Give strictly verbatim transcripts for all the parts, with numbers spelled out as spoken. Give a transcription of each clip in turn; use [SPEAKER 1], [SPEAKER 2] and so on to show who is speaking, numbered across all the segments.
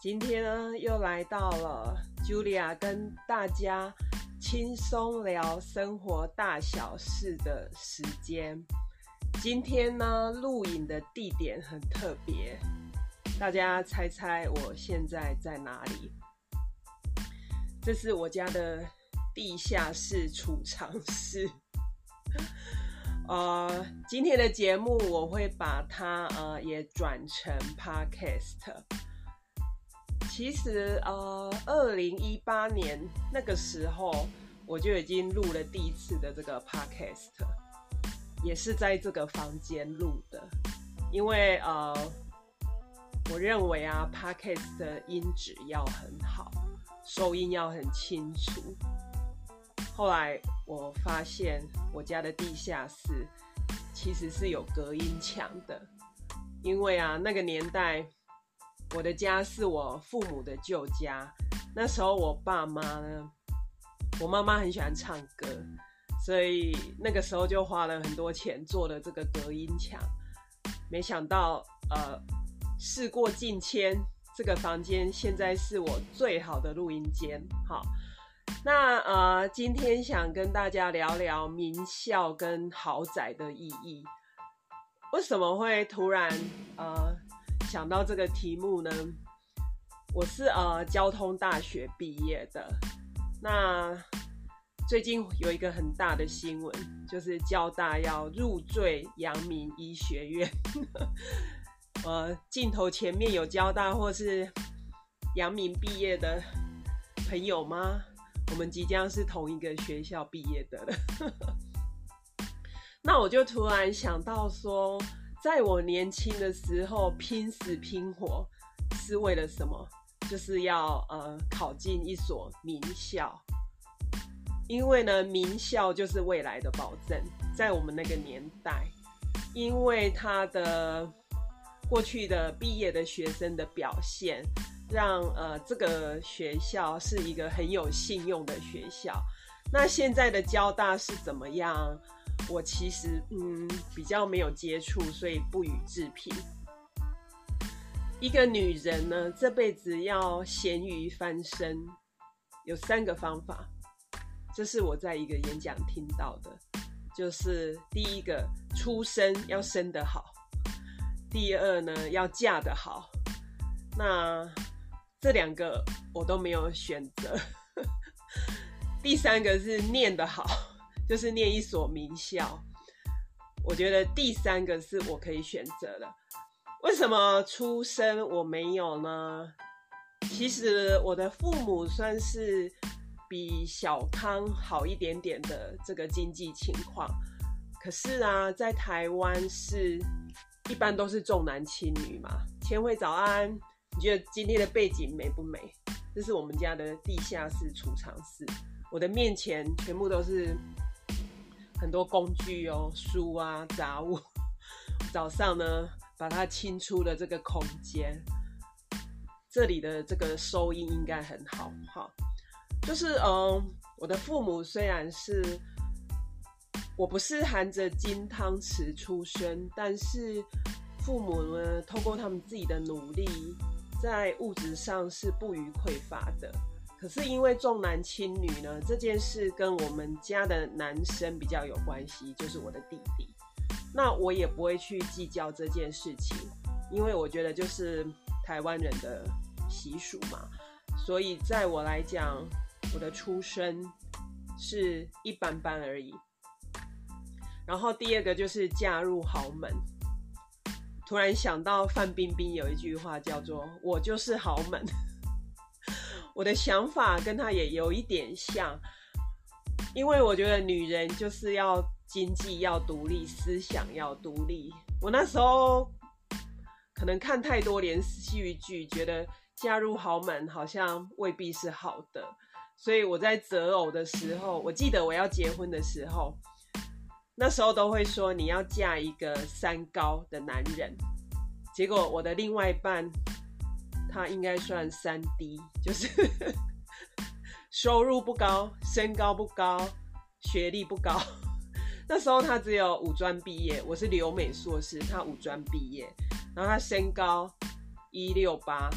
[SPEAKER 1] 今天呢，又来到了 Julia 跟大家轻松聊生活大小事的时间。今天呢，录影的地点很特别，大家猜猜我现在在哪里？这是我家的地下室储藏室。呃，今天的节目我会把它呃也转成 podcast。其实呃，二零一八年那个时候，我就已经录了第一次的这个 podcast， 也是在这个房间录的。因为呃，我认为啊 ，podcast 的音质要很好，收音要很清楚。后来我发现我家的地下室其实是有隔音墙的，因为啊那个年代我的家是我父母的旧家，那时候我爸妈呢，我妈妈很喜欢唱歌，所以那个时候就花了很多钱做了这个隔音墙。没想到呃事过境迁，这个房间现在是我最好的录音间。好，那呃，今天想跟大家聊聊名校跟豪宅的意义。为什么会突然呃想到这个题目呢？我是呃交通大学毕业的。那最近有一个很大的新闻，就是交大要入赘阳明医学院。呃，镜头前面有交大或是阳明毕业的朋友吗？我们即将是同一个学校毕业的了。那我就突然想到说，在我年轻的时候拼死拼活是为了什么？就是要呃考进一所名校。因为呢，名校就是未来的保证，在我们那个年代，因为他的过去的毕业的学生的表现，让呃这个学校是一个很有信用的学校。那现在的交大是怎么样？我其实嗯比较没有接触，所以不予置评。一个女人呢，这辈子要咸鱼翻身，有三个方法。这是我在一个演讲听到的，就是第一个，出生要生得好；第二呢，要嫁得好。那这两个我都没有选择。第三个是念得好，就是念一所名校。我觉得第三个是我可以选择的。为什么出生我没有呢？其实我的父母算是比小康好一点点的这个经济情况，可是啊，在台湾是一般都是重男轻女嘛。千惠早安，你觉得今天的背景美不美？这是我们家的地下室储藏室，我的面前全部都是很多工具哦，书啊，杂物。早上呢，把它清出了这个空间，这里的这个收音应该很好。好，就是嗯，我的父母虽然是我不是含着金汤匙出生，但是父母呢，透过他们自己的努力，在物质上是不予匮乏的。可是因为重男轻女呢，这件事跟我们家的男生比较有关系，就是我的弟弟。那我也不会去计较这件事情，因为我觉得就是台湾人的习俗嘛。所以在我来讲，我的出生是一般般而已。然后第二个就是嫁入豪门。突然想到范冰冰有一句话叫做“我就是豪门”，我的想法跟她也有一点像，因为我觉得女人就是要经济要独立，思想要独立。我那时候可能看太多连续剧，觉得嫁入豪门好像未必是好的，所以我在择偶的时候，我记得我要结婚的时候，那时候都会说你要嫁一个三高的男人。结果我的另外一半他应该算三低，就是收入不高，身高不高，学历不高。那时候他只有五专毕业，我是留美硕士，他五专毕业，然后他身高一六八，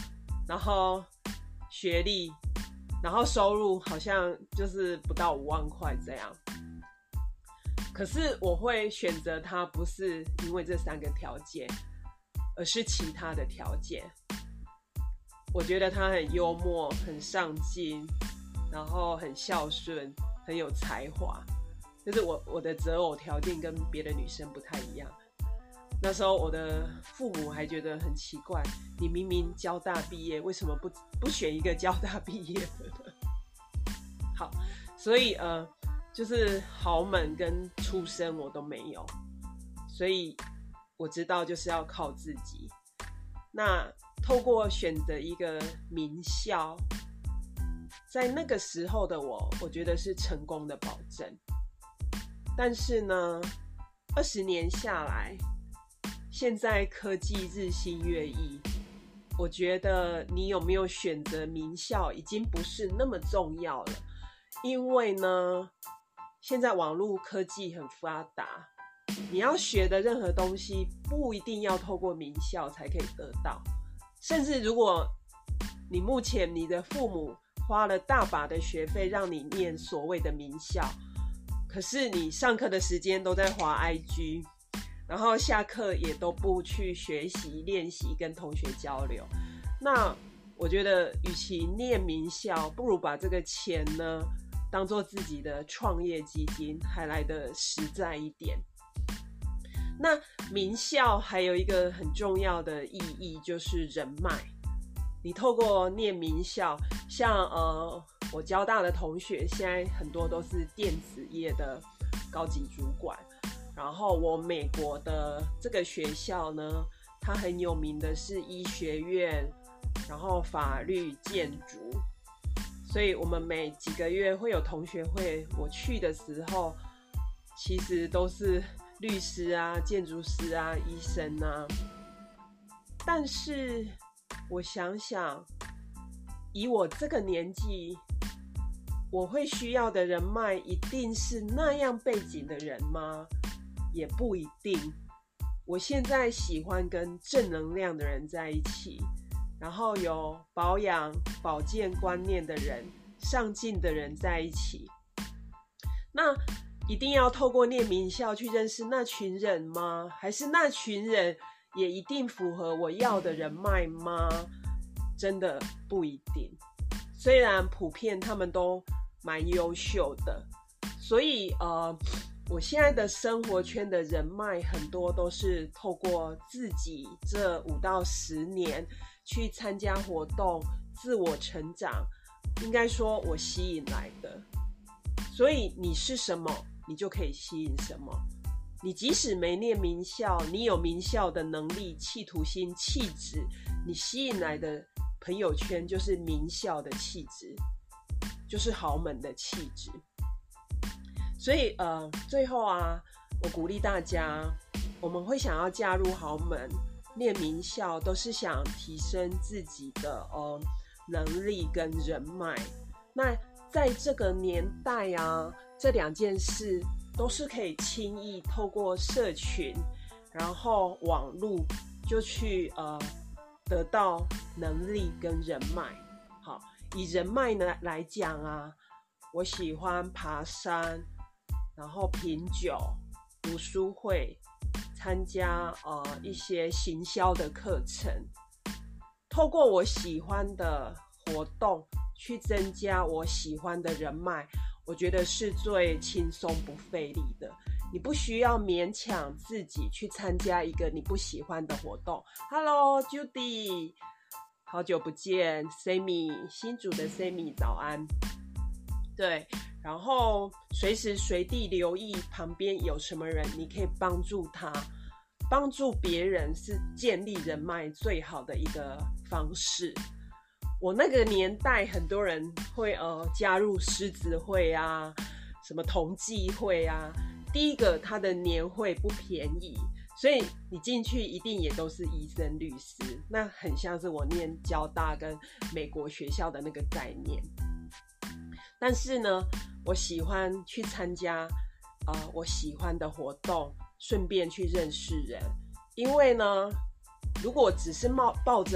[SPEAKER 1] 然后学历，然后收入好像就是不到五万块这样。可是我会选择他，不是因为这三个条件，而是其他的条件。我觉得他很幽默，很上进，然后很孝顺，很有才华。就是我我的择偶条件跟别的女生不太一样。那时候我的父母还觉得很奇怪，你明明交大毕业，为什么不不选一个交大毕业的呢？好，所以呃，就是豪门跟出身我都没有，所以我知道就是要靠自己。那透过选择一个名校，在那个时候的我，我觉得是成功的保证。但是呢，二十年下来，现在科技日新月异，我觉得你有没有选择名校已经不是那么重要了。因为呢，现在网络科技很发达，你要学的任何东西不一定要透过名校才可以得到。甚至如果你目前你的父母花了大把的学费让你念所谓的名校，可是你上课的时间都在滑 I G， 然后下课也都不去学习练习跟同学交流，那我觉得与其念名校，不如把这个钱呢当做自己的创业基金，还来得实在一点。那名校还有一个很重要的意义，就是人脉。你透过念名校，像呃我交大的同学，现在很多都是电子业的高级主管。然后我美国的这个学校呢，它很有名的是医学院，然后法律、建筑。所以我们每几个月会有同学会，我去的时候，其实都是律师啊、建筑师啊、医生啊。但是我想想，以我这个年纪，我会需要的人脉一定是那样背景的人吗？也不一定。我现在喜欢跟正能量的人在一起，然后有保养保健观念的人、上进的人在一起。那一定要透过念名校去认识那群人吗？还是那群人也一定符合我要的人脉吗？真的不一定。虽然普遍他们都蛮优秀的，所以呃，我现在的生活圈的人脉很多都是透过自己这五到十年去参加活动、自我成长，应该说我吸引来的。所以你是什么，你就可以吸引什么。你即使没念名校，你有名校的能力、企图心、气质，你吸引来的朋友圈就是名校的气质，就是豪门的气质。所以呃，最后啊，我鼓励大家，我们会想要嫁入豪门、念名校，都是想提升自己的呃能力跟人脉。那在这个年代啊，这两件事都是可以轻易透过社群，然后网络就去呃得到能力跟人脉。好，以人脉呢来讲啊，我喜欢爬山，然后品酒、读书会，参加呃一些行销的课程，透过我喜欢的活动去增加我喜欢的人脉，我觉得是最轻松不费力的。你不需要勉强自己去参加一个你不喜欢的活动。Hello Judy， 好久不见 Sammy， 新竹的 Sammy 早安。对，然后随时随地留意旁边有什么人，你可以帮助他。帮助别人是建立人脉最好的一个方式。我那个年代很多人会呃加入狮子会啊，什么同济会啊。第一个，他的年会不便宜，所以你进去一定也都是医生、律师，那很像是我念交大跟美国学校的那个概念。但是呢，我喜欢去参加呃我喜欢的活动，顺便去认识人。因为呢，如果只是冒抱着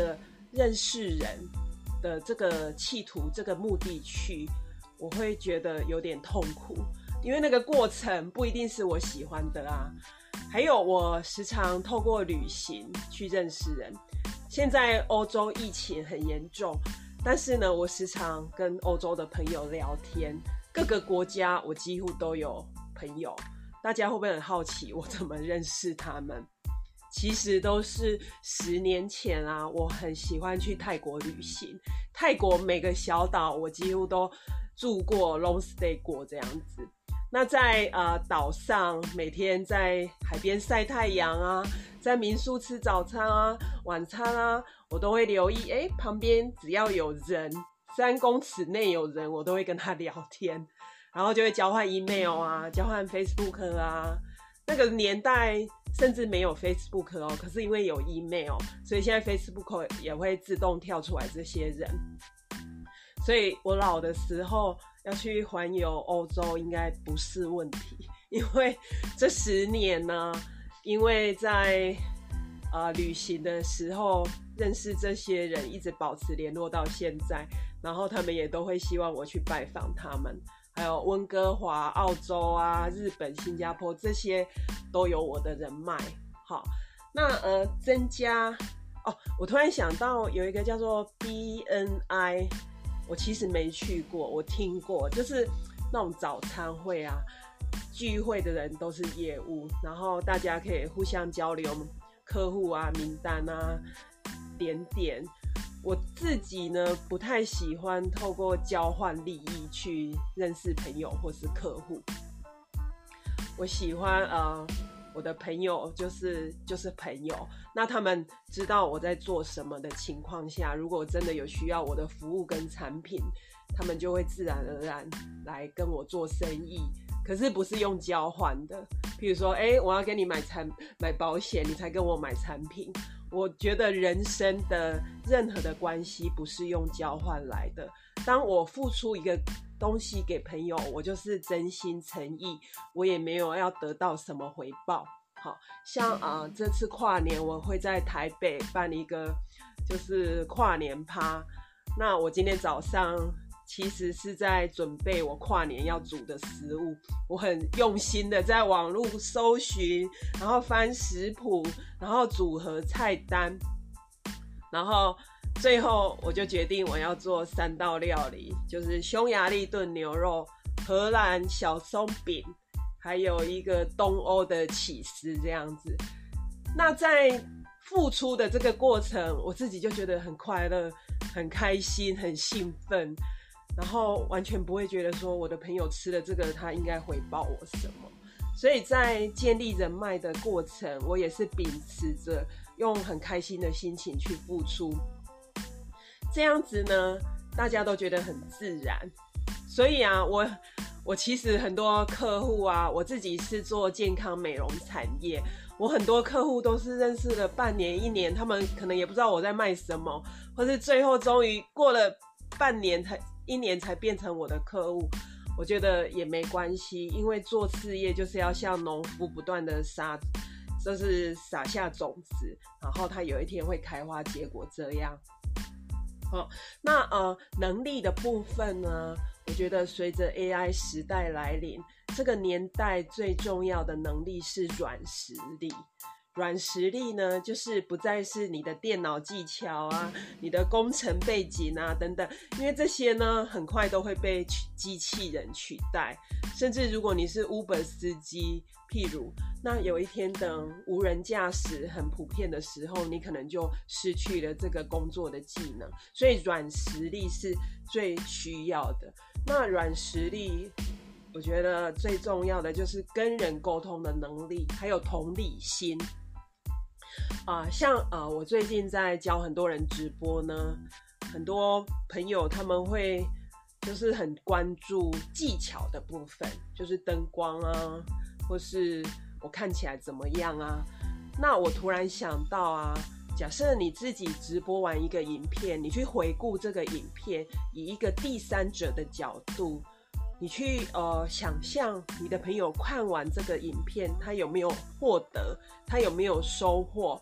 [SPEAKER 1] 认识人的这个企图、这个目的去，我会觉得有点痛苦，因为那个过程不一定是我喜欢的啊。还有，我时常透过旅行去认识人。现在欧洲疫情很严重，但是呢，我时常跟欧洲的朋友聊天，各个国家我几乎都有朋友。大家会不会很好奇我怎么认识他们？其实都是十年前啊，我很喜欢去泰国旅行。泰国每个小岛我几乎都住过 long stay 过这样子。那在呃岛上，每天在海边晒太阳啊，在民宿吃早餐啊、晚餐啊，我都会留意，哎，旁边只要有人，三公尺内有人，我都会跟他聊天，然后就会交换 email 啊，交换 Facebook 啊。那个年代甚至没有 Facebook 哦，可是因为有 email， 所以现在 Facebook 也会自动跳出来这些人。所以我老的时候要去环游欧洲应该不是问题，因为这十年呢，因为在呃旅行的时候认识这些人，一直保持联络到现在，然后他们也都会希望我去拜访他们，还有温哥华、澳洲啊、日本、新加坡这些都有我的人脉。好，那呃增加哦，我突然想到有一个叫做 B N I。我其实没去过，我听过，就是那种早餐会啊，聚会的人都是业务，然后大家可以互相交流客户啊、名单啊、点点。我自己呢，不太喜欢透过交换利益去认识朋友或是客户。我喜欢呃。我的朋友就是就是朋友，那他们知道我在做什么的情况下，如果真的有需要我的服务跟产品，他们就会自然而然来跟我做生意。可是不是用交换的，譬如说，哎，我要跟你买产买保险，你才跟我买产品。我觉得人生的任何的关系不是用交换来的。当我付出一个东西给朋友，我就是真心诚意，我也没有要得到什么回报。好像啊、呃，这次跨年我会在台北办一个就是跨年趴，那我今天早上其实是在准备我跨年要煮的食物，我很用心的在网络搜寻，然后翻食谱，然后组合菜单，然后最后我就决定我要做三道料理，就是匈牙利炖牛肉、荷兰小松饼，还有一个东欧的起司这样子。那在付出的这个过程，我自己就觉得很快乐、很开心、很兴奋，然后完全不会觉得说我的朋友吃了这个他应该回报我什么。所以在建立人脉的过程，我也是秉持着用很开心的心情去付出，这样子呢大家都觉得很自然。所以啊，我我其实很多客户啊，我自己是做健康美容产业，我很多客户都是认识了半年一年，他们可能也不知道我在卖什么，或是最后终于过了半年才一年才变成我的客户。我觉得也没关系，因为做事业就是要像农夫不断的撒就是撒下种子，然后它有一天会开花结果这样。好，那呃能力的部分呢，我觉得随着 A I 时代来临，这个年代最重要的能力是软实力。软实力呢，就是不再是你的电脑技巧啊、你的工程背景啊等等，因为这些呢很快都会被机器人取代。甚至如果你是 Uber 司机，譬如那有一天等无人驾驶很普遍的时候，你可能就失去了这个工作的技能。所以软实力是最需要的。那软实力我觉得最重要的就是跟人沟通的能力，还有同理心。啊、呃，像呃，我最近在教很多人直播呢，很多朋友他们会就是很关注技巧的部分，就是灯光啊，或是我看起来怎么样啊。那我突然想到啊，假设你自己直播完一个影片，你去回顾这个影片，以一个第三者的角度，你去呃想象你的朋友看完这个影片，他有没有获得，他有没有收获，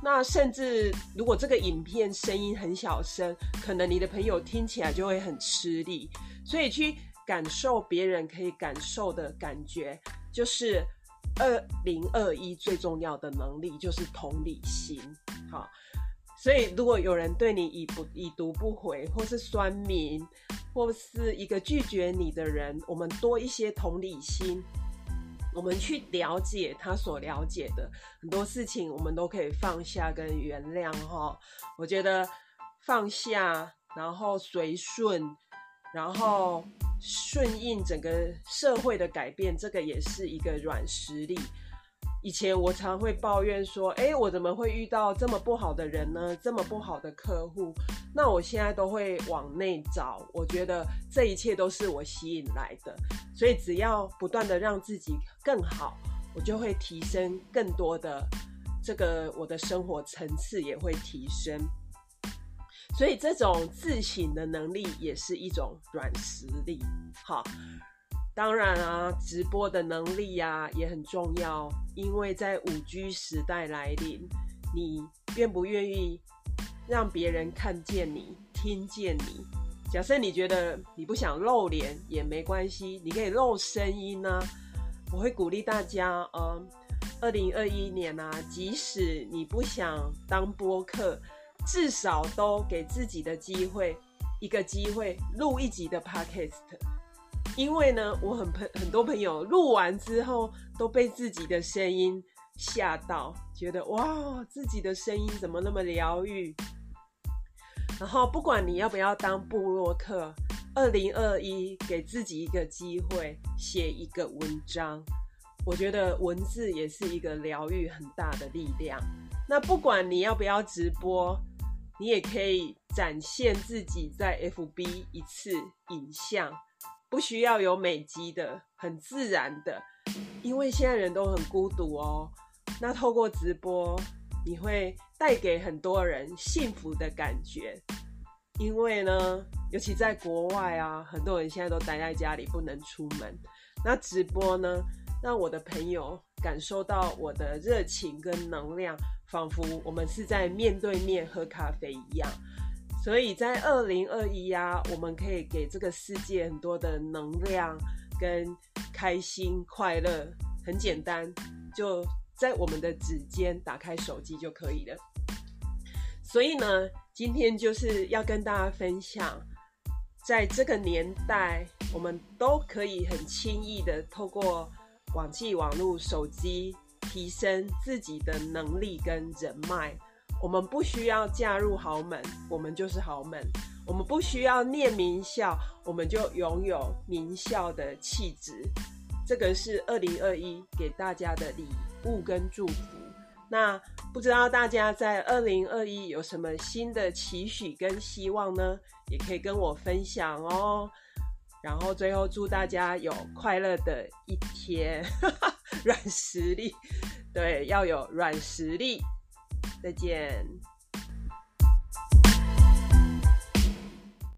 [SPEAKER 1] 那甚至如果这个影片声音很小声，可能你的朋友听起来就会很吃力。所以去感受别人可以感受的感觉，就是二零二一最重要的能力，就是同理心。好，所以如果有人对你已不已读不回，或是酸民，或是一个拒绝你的人，我们多一些同理心，我们去了解他所了解的很多事情，我们都可以放下跟原谅齁。我觉得放下，然后随顺，然后顺应整个社会的改变，这个也是一个软实力。以前我常会抱怨说，诶，我怎么会遇到这么不好的人呢？这么不好的客户？那我现在都会往内找，我觉得这一切都是我吸引来的。所以只要不断的让自己更好，我就会提升更多的这个我的生活层次也会提升。所以这种自省的能力也是一种软实力。好，当然啊，直播的能力啊也很重要，因为在 五 G 时代来临，你愿不愿意让别人看见你，听见你？假设你觉得你不想露脸也没关系，你可以露声音啊。我会鼓励大家，嗯，二零二一年啊，即使你不想当播客，至少都给自己的机会，一个机会录一集的 podcast。因为呢，我很很多朋友录完之后都被自己的声音吓到，觉得哇，自己的声音怎么那么疗愈。然后不管你要不要当部落客，二零二一给自己一个机会，写一个文章。我觉得文字也是一个疗愈很大的力量。那不管你要不要直播，你也可以展现自己在 F B 一次影像，不需要有美肌的，很自然的。因为现在人都很孤独哦，那透过直播，你会带给很多人幸福的感觉。因为呢，尤其在国外啊，很多人现在都待在家里不能出门，那直播呢，让我的朋友感受到我的热情跟能量，仿佛我们是在面对面喝咖啡一样。所以在二零二一啊，我们可以给这个世界很多的能量跟开心快乐，很简单，就在我们的指尖打开手机就可以了。所以呢，今天就是要跟大家分享，在这个年代，我们都可以很轻易的透过网际网络手机提升自己的能力跟人脉。我们不需要嫁入豪门，我们就是豪门；我们不需要念名校，我们就拥有名校的气质。这个是二零二一给大家的礼物跟祝福。那不知道大家在二零二一有什么新的期许跟希望呢？也可以跟我分享哦。然后最后祝大家有快乐的一天。软实力，对，要有软实力。再见。